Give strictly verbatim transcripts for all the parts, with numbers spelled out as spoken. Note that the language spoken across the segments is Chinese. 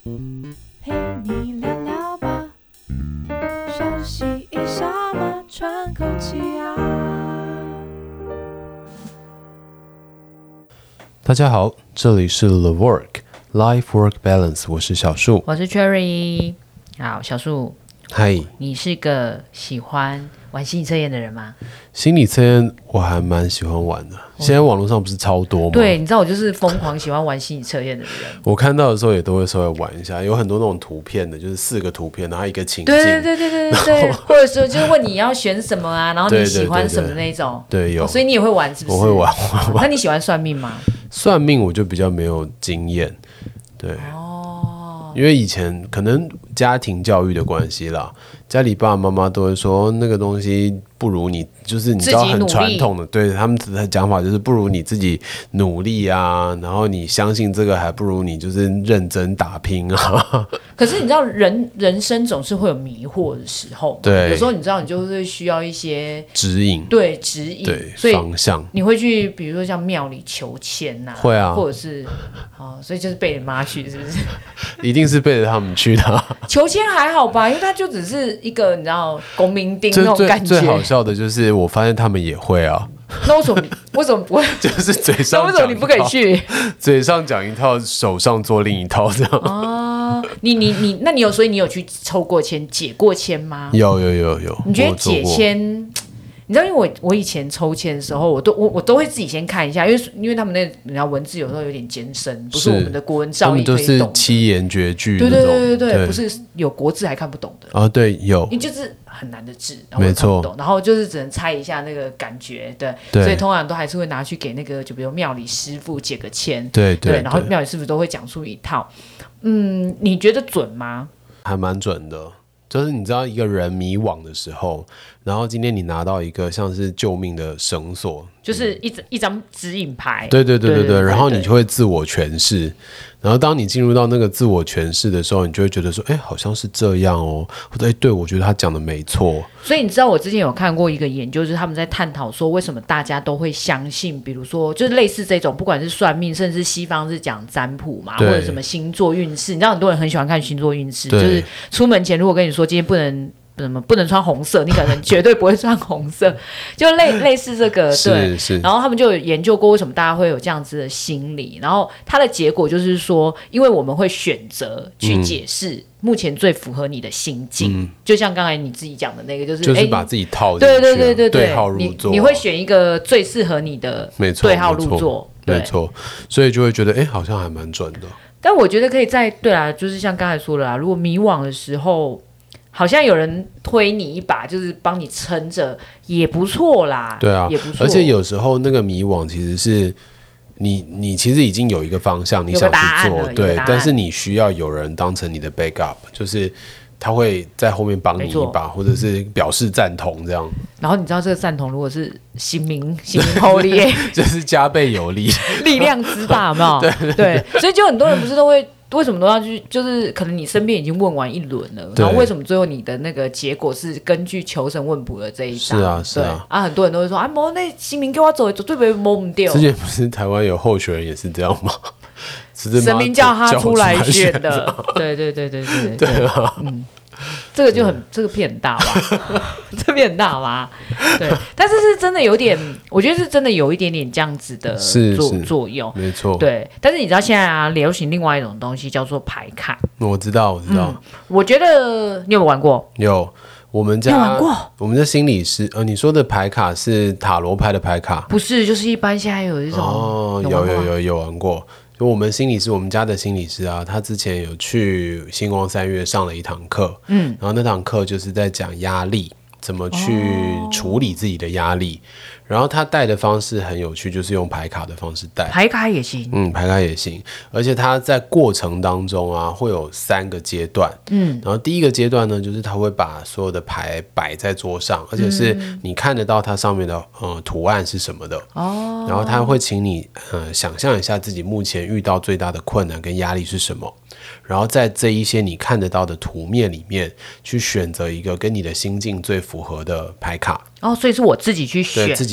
陪你聊聊吧，休息一下嘛，喘口气啊。 大家好，这里是 The Work Life Work Balance， 我是小树， 我是 Cherry。好，小树， 嗨， 你是个喜欢玩心理测验的人吗？ 心理测验我还蛮喜欢玩的，现在网络上不是超多吗？ 对，你知道我就是疯狂喜欢玩心理测验的人。 我看到的时候也都会稍微玩一下，有很多那种图片的，就是四个图片，然后一个情境， 对对对对对对对，或者说就是问你要选什么啊，然后你喜欢什么那种。 对对对对，有、 哦，所以你也会玩是不是？ 我会玩，我会玩。 那你喜欢算命吗？ 算命我就比较没有经验，对。哦，因为以前可能家庭教育的关系啦，家里爸爸妈妈都会说那个东西不如你，就是你知道很传统的，对他们的讲法就是不如你自己努力啊，然后你相信这个还不如你就是认真打拼啊。 可是你知道人人生总是会有迷惑的时候， 对， 有时候你知道你就是需要一些指引， 对指引， 对所以方向， 你会去比如说像庙里求签呐、啊， 会啊， 或者是哦，所以就是背着妈去，是不是？ 一定是背着他们去的、啊。 求签还好吧，因为它就只是一个你知道公民丁那种感觉。 最好笑的就是我发现他们也会啊。 那为什么为什么不会？ 就是嘴上那为什么你不可以去？ 嘴上讲一套，手上做另一套这样。 哦，你你你，那你有所以你有去抽过签、解过签吗？ 有有有有。 你觉得解签？你知道，因为我我以前抽签的时候，我都我我都会自己先看一下，因为因为他们那你知道文字有时候有点艰深，不是我们的国文造诣可以懂的。 他们都是七言绝句那种。 对对对对对，不是有国字还看不懂的。 哦，对，有。 你就是很难的字，然后没错， 然后就是只能猜一下那个感觉，对， 对所以通常都还是会拿去给那个，就比如庙里师傅解个签， 对 对, 对，然后庙里师傅都会讲出一套。嗯，你觉得准吗？ 还蛮准的。就是你知道一个人迷惘的时候，然后今天你拿到一个像是救命的绳索， 就是一张一张指引牌， 对对对对 对, 对, 对, 对， 然后你就会自我诠释，然后当你进入到那个自我诠释的时候，你就会觉得说，哎，好像是这样哦，或者哎，对，我觉得他讲的没错。 所以你知道我之前有看过一个研究，就是他们在探讨说，为什么大家都会相信，比如说就是类似这种，不管是算命，甚至西方是讲占卜嘛，或者什么星座运势，你知道很多人很喜欢看星座运势，就是出门前如果跟你说今天不能。什么不能穿红色？你可能绝对不会穿红色，就类类似这个对。 是然后他们就有研究过为什么大家会有这样子的心理，然后它的结果就是说，因为我们会选择去解释目前最符合你的心境，嗯、就像刚才你自己讲的那个，就是就是把自己套进去、啊， 对对对对对， 对号入座、啊你，你会选一个最适合你的对号入座， 没错，所以就会觉得哎，好像还蛮准的。 但我觉得可以在对啦，就是像刚才说的啦，如果迷惘的时候。好像有人推你一把，就是帮你撑着，也不错啦。 对啊， 也不错。 而且有时候那个迷惘其实是你，你其实已经有一个方向，你想去做，对，但是你需要有人当成你的 backup， 就是他会在后面帮你一把，或者是表示赞同这样。 然后你知道这个赞同如果是心明心明后力， 就是加倍有力， 力量之大，有没有？对 对, 对，所以就很多人不是都会。为什么都要去？就是可能你身边已经问完一轮了，然后为什么最后你的那个结果是根据求神问卜的这一张？ 是啊，是啊。 啊，很多人都会说啊，某那新民给我走，对不对？摸不掉。 之前不是台湾有候选人也是这样吗？ 神明叫他出来选的。对对对对对对对啊， 嗯。这个就很，这个骗很大吧？这骗很大吧？对，但是是真的有点，我觉得是真的有一点点这样子的作作用， 没错。 对，但是你知道现在啊，流行另外一种东西叫做牌卡。 我知道，我知道。 嗯、我觉得你有没有玩过？ 有，我们家有玩过。 我们的心理师，呃，你说的牌卡是塔罗牌的牌卡？ 不是，就是一般现在有一种哦，有有有有玩过。就我们心理师，我们家的心理师啊，他之前有去星光三月上了一堂课，嗯，然后那堂课就是在讲压力，怎么去处理自己的压力。哦，然后他带的方式很有趣，就是用牌卡的方式带， 牌卡也行， 嗯，牌卡也行，而且他在过程当中啊，会有三个阶段，嗯，然后第一个阶段呢，就是他会把所有的牌摆在桌上，而且是你看得到它上面的呃图案是什么的，哦，然后他会请你呃想象一下自己目前遇到最大的困难跟压力是什么，然后在这一些你看得到的图面里面，去选择一个跟你的心境最符合的牌卡。 哦，所以是我自己去选， 对，自己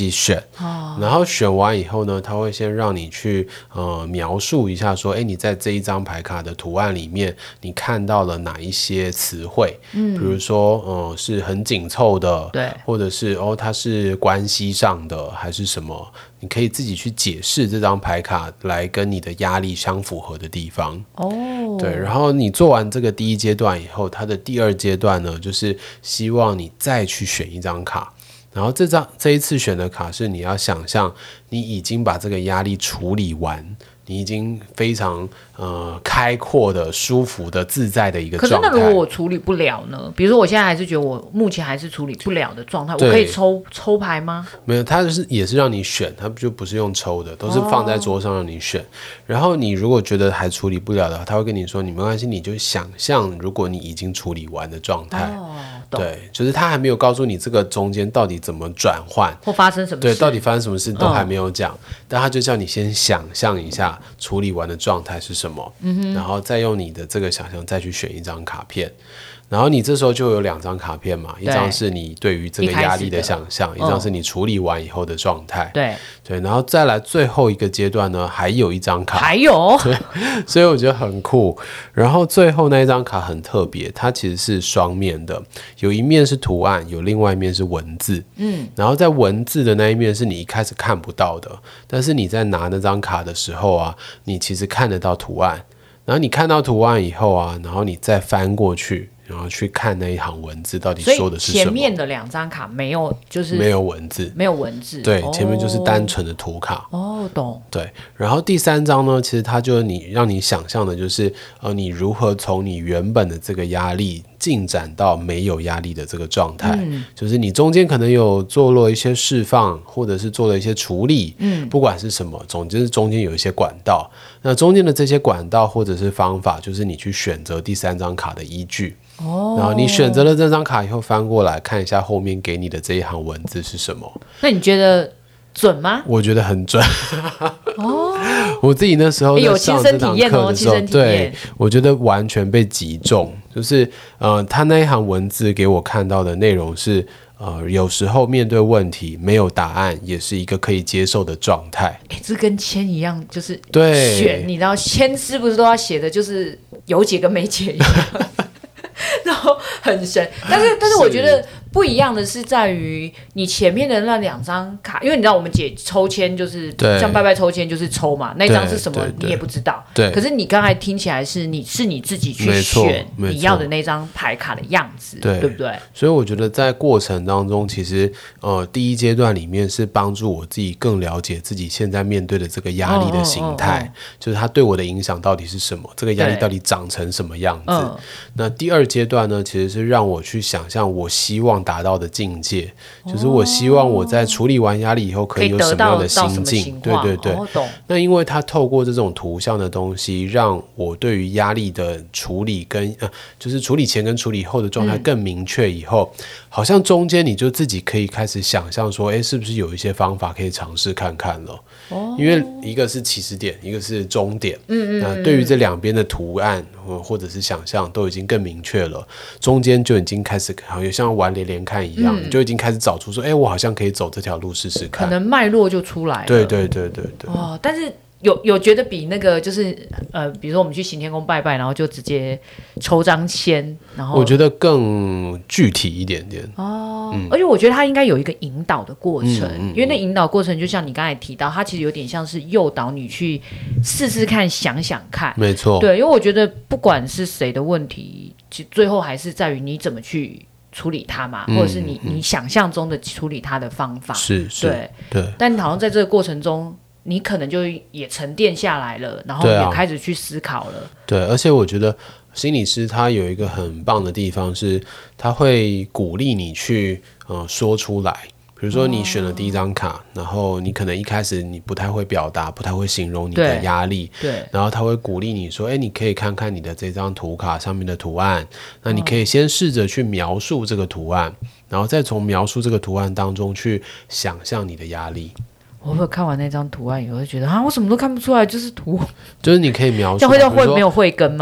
己选、哦、然后选完以后呢，他会先让你去呃描述一下说，哎，你在这一张牌卡的图案里面你看到了哪一些词汇，嗯，比如说呃是很紧凑的， 对，或者是哦它是关系上的还是什么，你可以自己去解释这张牌卡来跟你的压力相符合的地方。 哦， 对，然后你做完这个第一阶段以后，它的第二阶段呢，就是希望你再去选一张卡，然后这张这一次选的卡是你要想象你已经把这个压力处理完，你已经非常呃开阔的、舒服的、自在的一个状态。 可是那如果我处理不了呢？比如说我现在还是觉得我目前还是处理不了的状态，我可以抽抽牌吗？ 没有，它就是也是让你选，它就不是用抽的，都是放在桌上让你选。哦、然后你如果觉得还处理不了的话，他会跟你说你没关系，你就想象如果你已经处理完的状态。哦，对，就是他还没有告诉你这个中间到底怎么转换或发生什么事， 对，到底发生什么事都还没有讲，嗯、但他就叫你先想象一下处理完的状态是什么，嗯、然后再用你的这个想象再去选一张卡片。然后你这时候就有两张卡片嘛，一张是你对于这个压力的想象，一张是你处理完以后的状态。对对，然后再来最后一个阶段呢，还有一张卡， 还有， 对，所以我觉得很酷。然后最后那一张卡很特别，它其实是双面的，有一面是图案，有另外一面是文字。嗯，然后在文字的那一面是你一开始看不到的，但是你在拿那张卡的时候啊，你其实看得到图案。然后你看到图案以后啊，然后你再翻过去，然后去看那一行文字到底说的是什么。 所以前面的两张卡没有，就是没有文字， 没有文字。 对，哦、前面就是单纯的图卡。 哦，懂。 对，然后第三张呢，其实它就是你让你想象的，就是呃，你如何从你原本的这个压力进展到没有压力的这个状态。嗯、就是你中间可能有做了一些释放，或者是做了一些处理。嗯，不管是什么，总之是中间有一些管道。那中间的这些管道或者是方法，就是你去选择第三张卡的依据。哦，然后你选择了这张卡以后，翻过来看一下后面给你的这一行文字是什么。 那你觉得准吗？ 我觉得很准。哦，我自己那时候在上这堂课的时候，对，我觉得完全被击中。就是呃，他那一行文字给我看到的内容是。呃，有时候面对问题没有答案，也是一个可以接受的状态。 哎，这跟签一样，就是对选，你知道签是不是都要写的，就是有解跟没解一样，然后很神。但是，但是我觉得不一样的是在于你前面的那两张卡，因为你知道我们解抽签就是像拜拜抽签就是抽嘛，那张是什么你也不知道。对。可是你刚才听起来是你是你自己去选你要的那张牌卡的样子，对，对不对？ 所以我觉得在过程当中，其实呃第一阶段里面是帮助我自己更了解自己现在面对的这个压力的形态，哦哦哦哦就是它对我的影响到底是什么，这个压力到底长成什么样子。嗯、那第二阶段呢，其实是让我去想象我希望达到的境界，就是我希望我在处理完压力以后可以有什么样的心境。对对对、哦、那因为它透过这种图像的东西，让我对于压力的处理跟、呃、就是处理前跟处理后的状态更明确以后、嗯、好像中间你就自己可以开始想象说，哎，是不是有一些方法可以尝试看看了、哦、因为一个是起始点，一个是终点。嗯嗯嗯那对于这两边的图案或者是想象都已经更明确了，中间就已经开始好像像玩连连看一样、嗯、你就已经开始找出说，哎，我好像可以走这条路试试看， 可能脉络就出来了。 对对对对对。 哦，但是有有觉得比那个就是呃，比如说我们去行天宫拜拜，然后就直接抽张签，然后我觉得更具体一点点哦、嗯。而且我觉得它应该有一个引导的过程，嗯嗯嗯因为那引导过程就像你刚才提到，它其实有点像是诱导你去试试看、想想看。 没错， 对，因为我觉得不管是谁的问题，其实最后还是在于你怎么去处理它嘛，或者是你、嗯、你想象中的处理它的方法。是是，对对。但好像在这个过程中，你可能就也沉淀下来了，然后也开始去思考了。 对、啊，对，而且我觉得心理师他有一个很棒的地方是，他会鼓励你去呃说出来。比如说你选了第一张卡、哦、然后你可能一开始你不太会表达，不太会形容你的压力， 对, 对然后他会鼓励你说，哎，你可以看看你的这张图卡上面的图案，那你可以先试着去描述这个图案、哦、然后再从描述这个图案当中去想象你的压力。 我会看完那张图案以后就觉得啊，我什么都看不出来，就是图， 就是你可以描述， 这样会叫会没有慧根吗？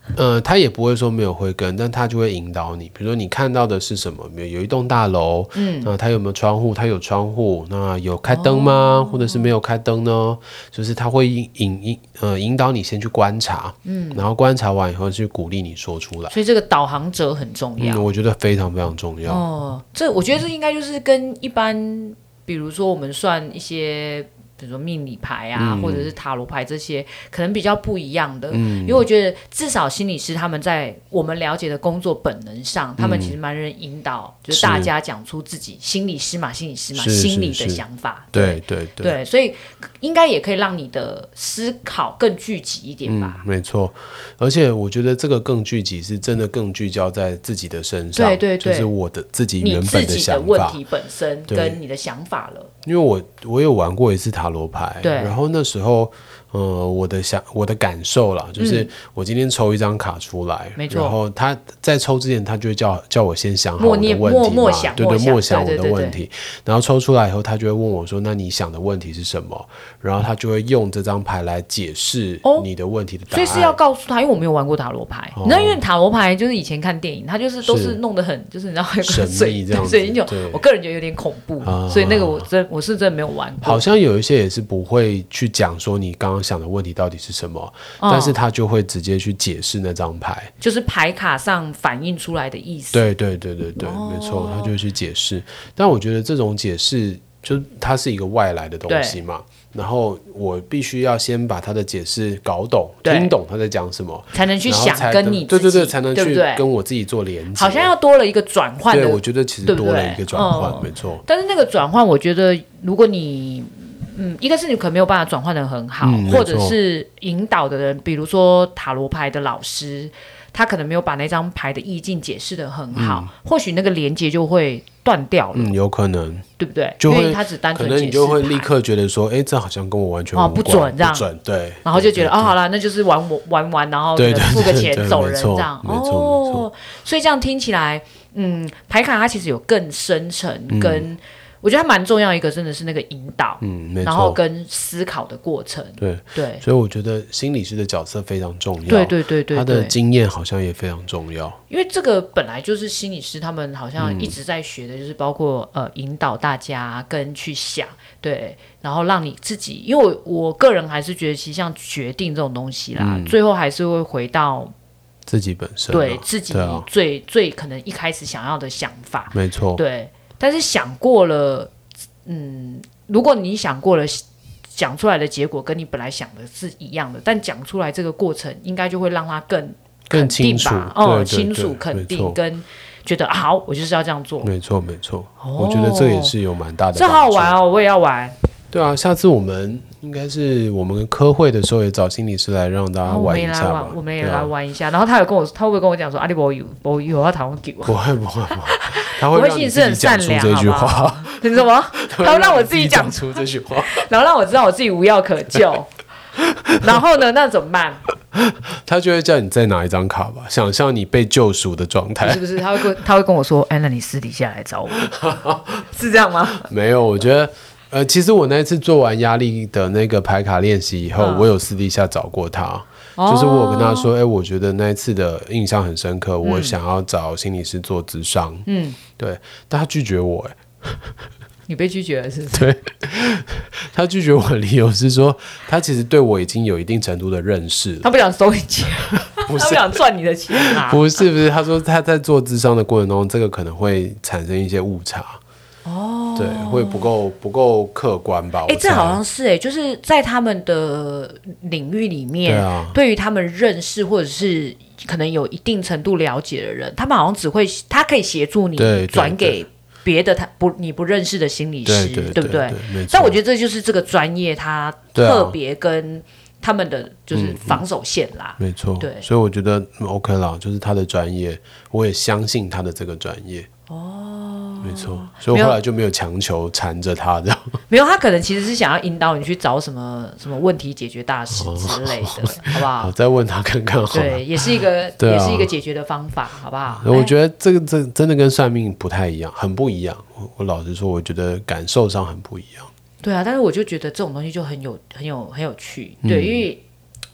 呃，他也不会说没有慧根，但他就会引导你。比如说你看到的是什么？有有一栋大楼，嗯，那它有没有窗户？它有窗户，那有开灯吗？哦、或者是没有开灯呢？就是他会引引呃引导你先去观察，嗯，然后观察完以后去鼓励你说出来。 所以这个导航者很重要， 嗯、我觉得非常非常重要。 哦，这我觉得这应该就是跟一般，比如说我们算一些。比如说命理牌啊、嗯，或者是塔罗牌这些，可能比较不一样的。嗯，因为我觉得至少心理师他们在我们了解的工作本能上，嗯、他们其实蛮能引导，就是大家讲出自己心理师嘛，心理师嘛，心理的想法。 对对 对, 对，所以应该也可以让你的思考更聚集一点吧。 嗯，没错。而且我觉得这个更聚集是真的更聚焦在自己的身上。 对对对， 就是我的自己原本的想法， 你自己的问题本身跟你的想法了。 因为我我有玩过一次塔罗牌， 对， 然后那时候，呃，我的想我的感受啦，就是我今天抽一张卡出来， 没错、嗯， 然后他在抽之前，他就会叫叫我先想好我的问题嘛， 默默想， 对对，默想我的对对对问题，然后抽出来以后，他就会问我说：“那你想的问题是什么？”然后他就会用这张牌来解释你的问题的答案。 哦、所以是要告诉他，因为我没有玩过塔罗牌，哦、你知道，因为塔罗牌就是以前看电影，他就是都是弄得很，就是你知道神秘这样子， 水晶球，我个人觉得有点恐怖，啊、所以那个我真我是真的没有玩过。 好像有一些也是不会去讲说你刚刚想的问题到底是什么，哦、但是他就会直接去解释那张牌， 就是牌卡上反映出来的意思。 对对对对对，哦、没错，他就会去解释。但我觉得这种解释就它是一个外来的东西嘛，然后我必须要先把他的解释搞懂、听懂他在讲什么， 才能去想跟你自己， 对对对，才能去对对跟我自己做连接。 好像要多了一个转换的， 对，我觉得其实多了一个转换， 对对没错。 但是那个转换，我觉得如果你嗯，一个是你可能没有办法转换得很好， 嗯、 或者是引导的人，比如说塔罗牌的老师，他可能没有把那张牌的意境解释得很好，嗯、或许那个连接就会断掉了。 嗯，有可能， 对不对？ 就会因为他只单纯解释牌， 可能你就会立刻觉得说，哎，这好像跟我完全无关， 哦，不准这样， 不准，对， 然后就觉得哦，好啦，那就是玩我玩玩，然后付个钱走人这样， 没错， 哦，所以这样听起来，嗯，牌卡它其实有更深层跟。嗯我觉得它蛮重要一个，真的是那个引导， 嗯，没错， 然后跟思考的过程， 对对， 所以我觉得心理师的角色非常重要， 对对对对， 他的经验好像也非常重要， 因为这个本来就是心理师他们好像一直在学的，就是包括、嗯、呃引导大家跟去想，对，然后让你自己，因为我我个人还是觉得，其实像决定这种东西啦，嗯、最后还是会回到。 自己本身对自己最、啊、最可能一开始想要的想法， 没错， 对。但是想过了，嗯，如果你想过了，讲出来的结果跟你本来想的是一样的，但讲出来这个过程应该就会让他更更清楚， 哦，清楚肯定跟觉得、啊、好，我就是要这样做， 没错没错、哦。我觉得这也是有蛮大的， 这好好玩哦，我也要玩。 对啊，下次我们应该是我们科会的时候也找心理师来让大家玩一下吧。 哦、我们也来玩一下，啊、然后他有跟我，他会不会跟我讲说，阿里伯有伯有要讨论给我？ 不会不会不会，他会让你自己讲出这句话。 你什么？他会让我自己讲出这句话， 然后让我知道我自己无药可救。然后呢？那怎么办？ 他就会叫你再拿一张卡吧，想象你被救赎的状态， 是不是？他会跟他会跟我说：“哎，那你私底下来找我，是这样吗？” 没有，我觉得。呃，其实我那次做完压力的那个牌卡练习以后、嗯，我有私底下找过他，哦、就是我有跟他说，哎，我觉得那一次的印象很深刻，嗯、我想要找心理师做諮商，嗯，对，但他拒绝我，哎， 你被拒绝了是不是？ 对，他拒绝我的理由是说，他其实对我已经有一定程度的认识了， 他不想收你钱，不是他不想赚你的钱啊， 不是不是，他说他在做諮商的过程中，这个可能会产生一些误差。哦，对，会不够不够客观吧？ 哎，这好像是哎、欸，就是在他们的领域里面，对啊，对于他们认识或者是可能有一定程度了解的人，他们好像只会他可以协助你转给别的他不你不认识的心理师， 对, 对, 对, 对不对？ 对但我觉得这就是这个专业它特别跟他们的就是防守线啦， 嗯嗯、没错， 对， 所以我觉得 OK 啦，就是他的专业，我也相信他的这个专业。哦，没错，所以我后来就没有强求缠着他这样。 没有，他可能其实是想要引导你去找什么什么问题解决大师之类的，哦、好不好？ 好，再问他看看好了。 对，也是一个、啊、也是一个解决的方法，好不好？ 我觉得这个这真的跟算命不太一样，很不一样。我我老实说，我觉得感受上很不一样。 对啊，但是我就觉得这种东西就很有很有很有趣，对，嗯、因为。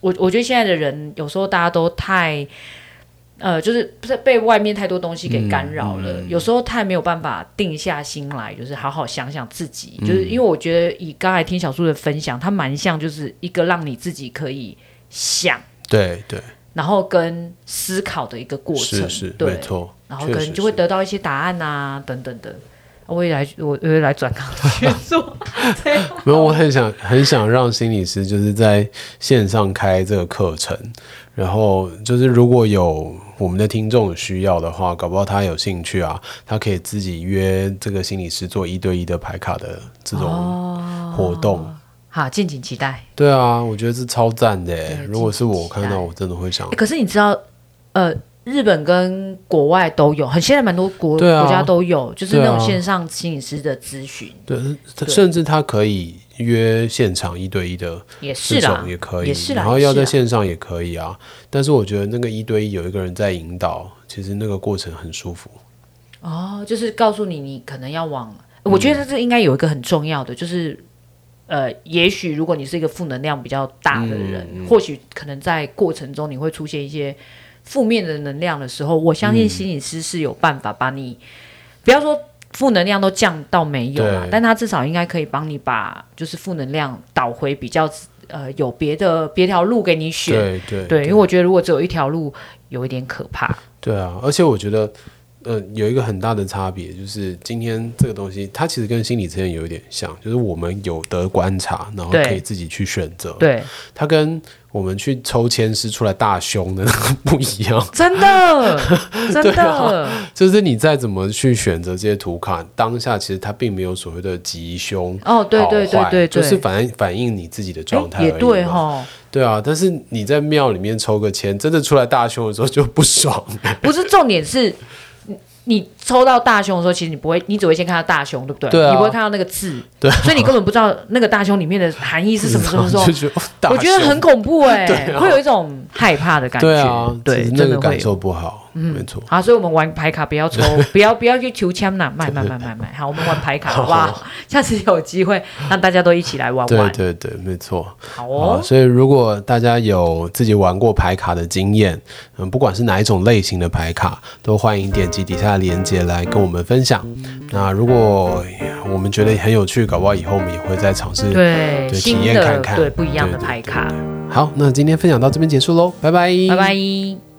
我我觉得现在的人有时候大家都太。呃，就是不是被外面太多东西给干扰了、嗯嗯，有时候太没有办法定下心来，就是好好想想自己。嗯、就是因为我觉得以刚才听小树的分享，它蛮像就是一个让你自己可以想， 对对， 然后跟思考的一个过程， 是是， 对， 没错， 然后可能就会得到一些答案啊，等等的。我也来，我我也来转行去做。 没有，我很想很想让心理师就是在线上开这个课程，然后就是如果有我们的听众有需要的话，搞不好他有兴趣啊，他可以自己约这个心理师做一对一的牌卡的这种活动。哦、 好，敬请期待。 对啊，我觉得是超赞的。如果是我看到，我真的会想。 可是你知道，呃。日本跟国外都有，很现在蛮多 国,、啊、国家都有，就是那种线上心理师的咨询。 对，对甚至他可以约现场一对一的， 也是啦， 也可以， 也是啦， 然后要在线上也可以啊。但是我觉得那个一对一有一个人在引导，其实那个过程很舒服。 哦，就是告诉你，你可能要往，嗯、我觉得这应该有一个很重要的，就是。呃，也许如果你是一个负能量比较大的人，嗯、或许可能在过程中你会出现一些负面的能量的时候，我相信心理师是有办法把你，嗯、不要说负能量都降到没有啦，但他至少应该可以帮你把就是负能量导回比较呃有别的别条路给你选。 对对 对, 对，因为我觉得如果只有一条路，有一点可怕。 对啊，而且我觉得。呃，有一个很大的差别，就是今天这个东西，它其实跟心理测验有一点像，就是我们有得观察，然后可以自己去选择。 对， 它跟我们去抽签师出来大凶的那个不一样。 真的，真的、 啊，就是你再怎么去选择这些图卡，当下其实它并没有所谓的吉凶哦，对对对 对, 对， 就是反反映你自己的状态而已嘛。 也对哈。 对啊，但是你在庙里面抽个签，真的出来大凶的时候就不爽。 不是，重点是。你抽到大凶的时候，其实你不会，你只会先看到大凶，对不对？ 对啊、 你不会看到那个字， 对、啊， 所以你根本不知道那个大凶里面的含义是什么什么时候。 我觉得很恐怖哎、欸啊，会有一种害怕的感觉。 对啊， 对， 那个感受不好， 嗯， 没错。 好，所以我们玩牌卡不要抽，不要不要去求签呐，卖卖卖卖卖。好，我们玩牌卡，好不好？下次有机会让大家都一起来玩玩。 对对对，没错。 好哦好，所以如果大家有自己玩过牌卡的经验，嗯，不管是哪一种类型的牌卡，都欢迎点击底下的链接来跟我们分享。那如果我们觉得很有趣，搞不好以后我们也会再尝试对体验看看， 对不一样的牌卡。 好，那今天分享到这边结束喽，拜拜， 拜拜。